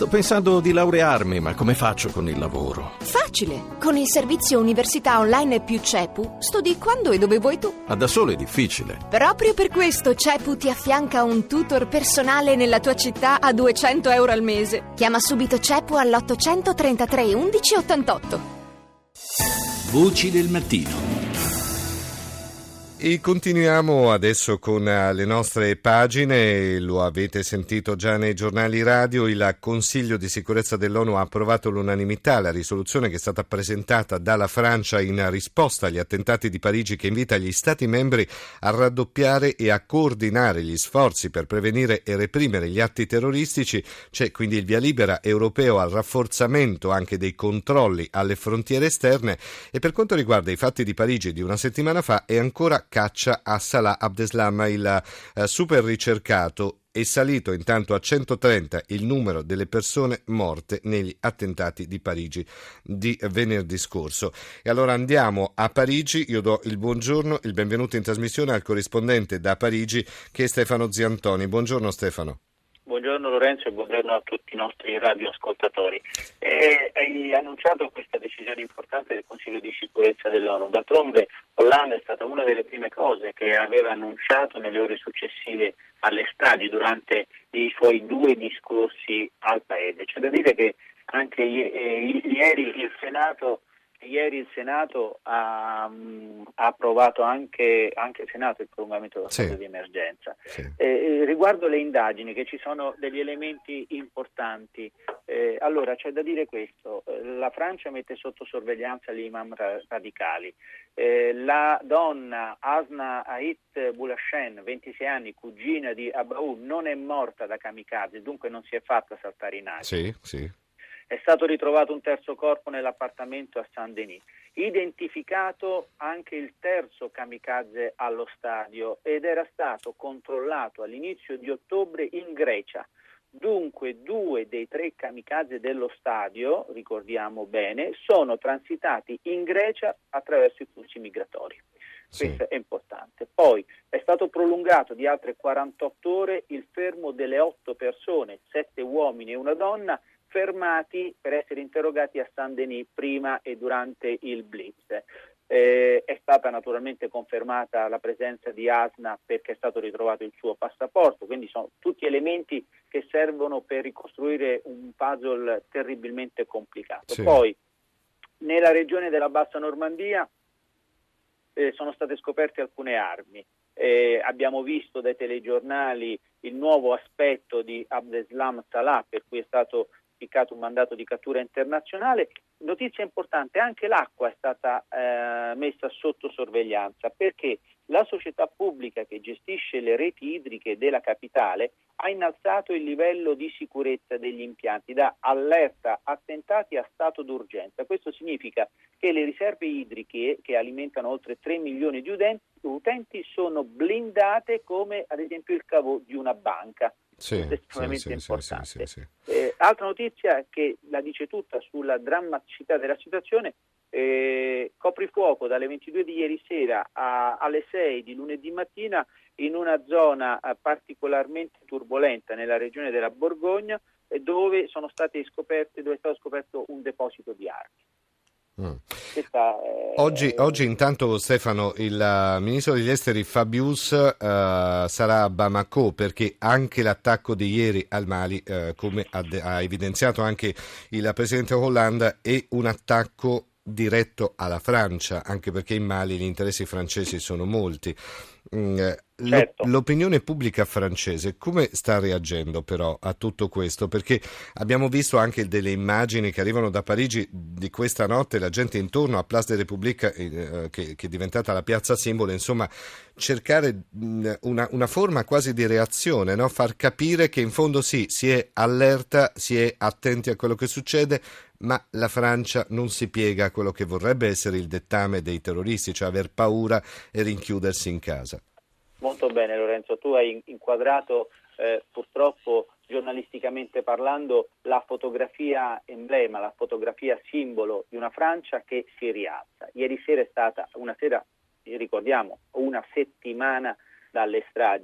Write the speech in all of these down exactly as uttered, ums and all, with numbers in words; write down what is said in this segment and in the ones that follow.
Sto pensando di laurearmi, ma come faccio con il lavoro? Facile! Con il servizio Università Online più CEPU studi quando e dove vuoi tu. Ma da solo è difficile. Proprio per questo CEPU ti affianca un tutor personale nella tua città a duecento euro al mese. Chiama subito CEPU all'ottocentotrentatré undici ottantotto. Voci del mattino. E continuiamo adesso con le nostre pagine. Lo avete sentito già nei giornali radio, il Consiglio di sicurezza dell'ONU ha approvato all'unanimità la risoluzione che è stata presentata dalla Francia in risposta agli attentati di Parigi, che invita gli Stati membri a raddoppiare e a coordinare gli sforzi per prevenire e reprimere gli atti terroristici. C'è quindi il via libera europeo al rafforzamento anche dei controlli alle frontiere esterne, e per quanto riguarda i fatti di Parigi di una settimana fa è ancora caccia a Salah Abdeslam, il eh, super ricercato. È salito intanto a centotrenta il numero delle persone morte negli attentati di Parigi di venerdì scorso. E allora andiamo a Parigi. Io do il buongiorno, il benvenuto in trasmissione al corrispondente da Parigi, che è Stefano Ziantoni. Buongiorno Stefano. Buongiorno Lorenzo e buongiorno a tutti i nostri radioascoltatori. Eh, hai annunciato questa decisione importante del Consiglio di sicurezza dell'ONU. D'altronde Hollande è stata una delle prime cose che aveva annunciato nelle ore successive alle stragi durante i suoi due discorsi al Paese. C'è da dire che anche eh, ieri il Senato Ieri il Senato ha, um, ha approvato anche, anche il Senato il prolungamento dello stato sì. di emergenza. Sì. Eh, riguardo le indagini, che ci sono degli elementi importanti. Eh, allora c'è da dire questo: la Francia mette sotto sorveglianza gli imam ra- radicali. Eh, la donna Asna Ait Boulachen, ventisei anni, cugina di Abaou, non è morta da kamikaze, dunque non si è fatta saltare in aria. Sì, sì. È stato ritrovato un terzo corpo nell'appartamento a Saint-Denis. Identificato anche il terzo kamikaze allo stadio, ed era stato controllato all'inizio di ottobre in Grecia. Dunque due dei tre kamikaze dello stadio, ricordiamo bene, sono transitati in Grecia attraverso i flussi migratori. Sì. Questo è importante. Poi è stato prolungato di altre quarantotto ore il fermo delle otto persone, sette uomini e una donna, fermati per essere interrogati a Saint-Denis prima e durante il blitz. Eh, è stata naturalmente confermata la presenza di Asna, perché è stato ritrovato il suo passaporto, quindi sono tutti elementi che servono per ricostruire un puzzle terribilmente complicato. Sì. Poi nella regione della Bassa Normandia eh, sono state scoperte alcune armi. Eh, abbiamo visto dai telegiornali il nuovo aspetto di Abdeslam Salah, per cui è stato un mandato di cattura internazionale. Notizia importante: anche l'acqua è stata eh, messa sotto sorveglianza, perché la società pubblica che gestisce le reti idriche della capitale ha innalzato il livello di sicurezza degli impianti da allerta attentati a stato d'urgenza. Questo significa che le riserve idriche, che alimentano oltre tre milioni di utenti, sono blindate come ad esempio il cavo di una banca. Sì, Questo è estremamente sì, sì, importante. sì, sì, sì. Eh, altra notizia che la dice tutta sulla drammaticità della situazione: eh, coprifuoco dalle ventidue di ieri sera a, alle sei di lunedì mattina in una zona eh, particolarmente turbolenta nella regione della Borgogna, eh, dove sono state scoperte, dove è stato scoperto un deposito di armi. Mm. Questa, eh, Oggi, oggi intanto Stefano, il uh, ministro degli esteri Fabius uh, sarà a Bamako, perché anche l'attacco di ieri al Mali, uh, come ha, de- ha evidenziato anche il presidente Hollande, è un attacco diretto alla Francia, anche perché in Mali gli interessi francesi sono molti. Mm, certo. L'opinione pubblica francese come sta reagendo però a tutto questo? Perché abbiamo visto anche delle immagini che arrivano da Parigi di questa notte, la gente intorno a Place de République, eh, che, che è diventata la piazza simbolo, insomma cercare una, una forma quasi di reazione, no? Far capire che in fondo sì, si è allerta, si è attenti a quello che succede, ma la Francia non si piega a quello che vorrebbe essere il dettame dei terroristi, cioè aver paura e rinchiudersi in casa. Molto bene Lorenzo, tu hai inquadrato eh, purtroppo giornalisticamente parlando la fotografia emblema, la fotografia simbolo di una Francia che si rialza. Ieri sera è stata una sera, ricordiamo, una settimana dalle stragi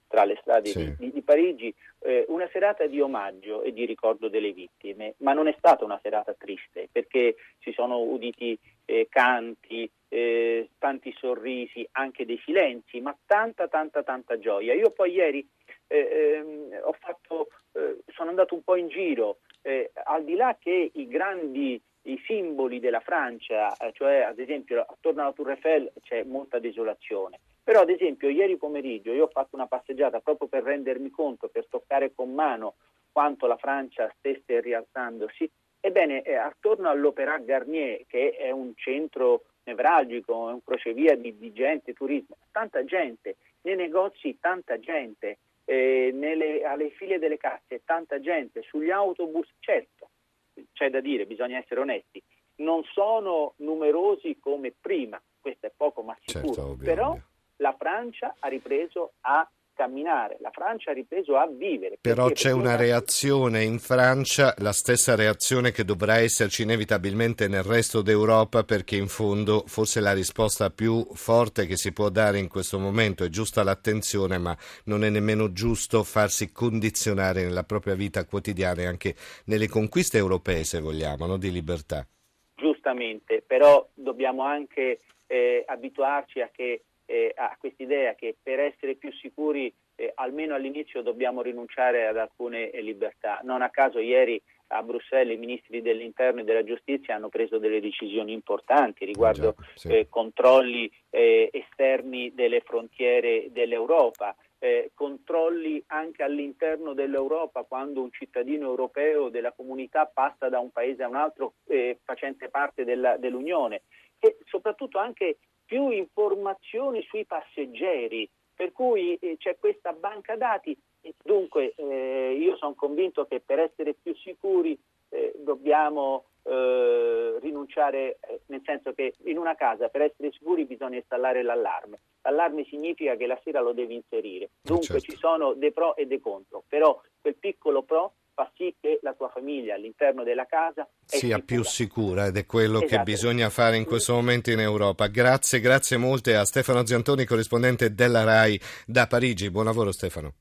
tra le strade sì. di, di, di Parigi, eh, una serata di omaggio e di ricordo delle vittime, ma non è stata una serata triste, perché si sono uditi eh, canti, eh, tanti sorrisi, anche dei silenzi, ma tanta tanta tanta gioia. Io poi ieri eh, ehm, ho fatto, eh, sono andato un po' in giro, eh, al di là che i grandi i simboli della Francia, eh, cioè ad esempio attorno alla Tour Eiffel c'è molta desolazione, però ad esempio ieri pomeriggio io ho fatto una passeggiata proprio per rendermi conto, per toccare con mano quanto la Francia stesse rialzandosi. Ebbene, eh, attorno all'Opéra Garnier, che è un centro nevralgico, è un crocevia di, di gente, turismo, tanta gente, nei negozi tanta gente, eh, nelle, alle file delle casse tanta gente, sugli autobus, certo, c'è da dire, bisogna essere onesti, non sono numerosi come prima, questo è poco ma sicuro, certo, ovvio, però ovvio. La Francia ha ripreso a camminare, la Francia ha ripreso a vivere. Però perché? c'è Perché una reazione in Francia, la stessa reazione che dovrà esserci inevitabilmente nel resto d'Europa, perché in fondo forse la risposta più forte che si può dare in questo momento è giusta l'attenzione, ma non è nemmeno giusto farsi condizionare nella propria vita quotidiana e anche nelle conquiste europee, se vogliamo, no? Di libertà. Giustamente, però dobbiamo anche eh, abituarci a che Eh, a quest'idea che per essere più sicuri eh, almeno all'inizio dobbiamo rinunciare ad alcune eh, libertà. Non a caso ieri a Bruxelles i ministri dell'interno e della giustizia hanno preso delle decisioni importanti riguardo eh già, sì. eh, controlli eh, esterni delle frontiere dell'Europa, eh, controlli anche all'interno dell'Europa quando un cittadino europeo della comunità passa da un paese a un altro eh, facente parte della, dell'Unione, e soprattutto anche più informazioni sui passeggeri, per cui eh, c'è questa banca dati. Dunque eh, io sono convinto che per essere più sicuri eh, dobbiamo eh, rinunciare, eh, nel senso che in una casa per essere sicuri bisogna installare l'allarme. L'allarme significa che la sera lo devi inserire, dunque certo. ci sono dei pro e dei contro, però quel piccolo pro fa sì che la tua famiglia all'interno della casa sia sicura. più sicura, ed è quello Esatto. che bisogna fare in questo momento in Europa. Grazie, grazie molte a Stefano Ziantoni, corrispondente della RAI da Parigi. Buon lavoro Stefano.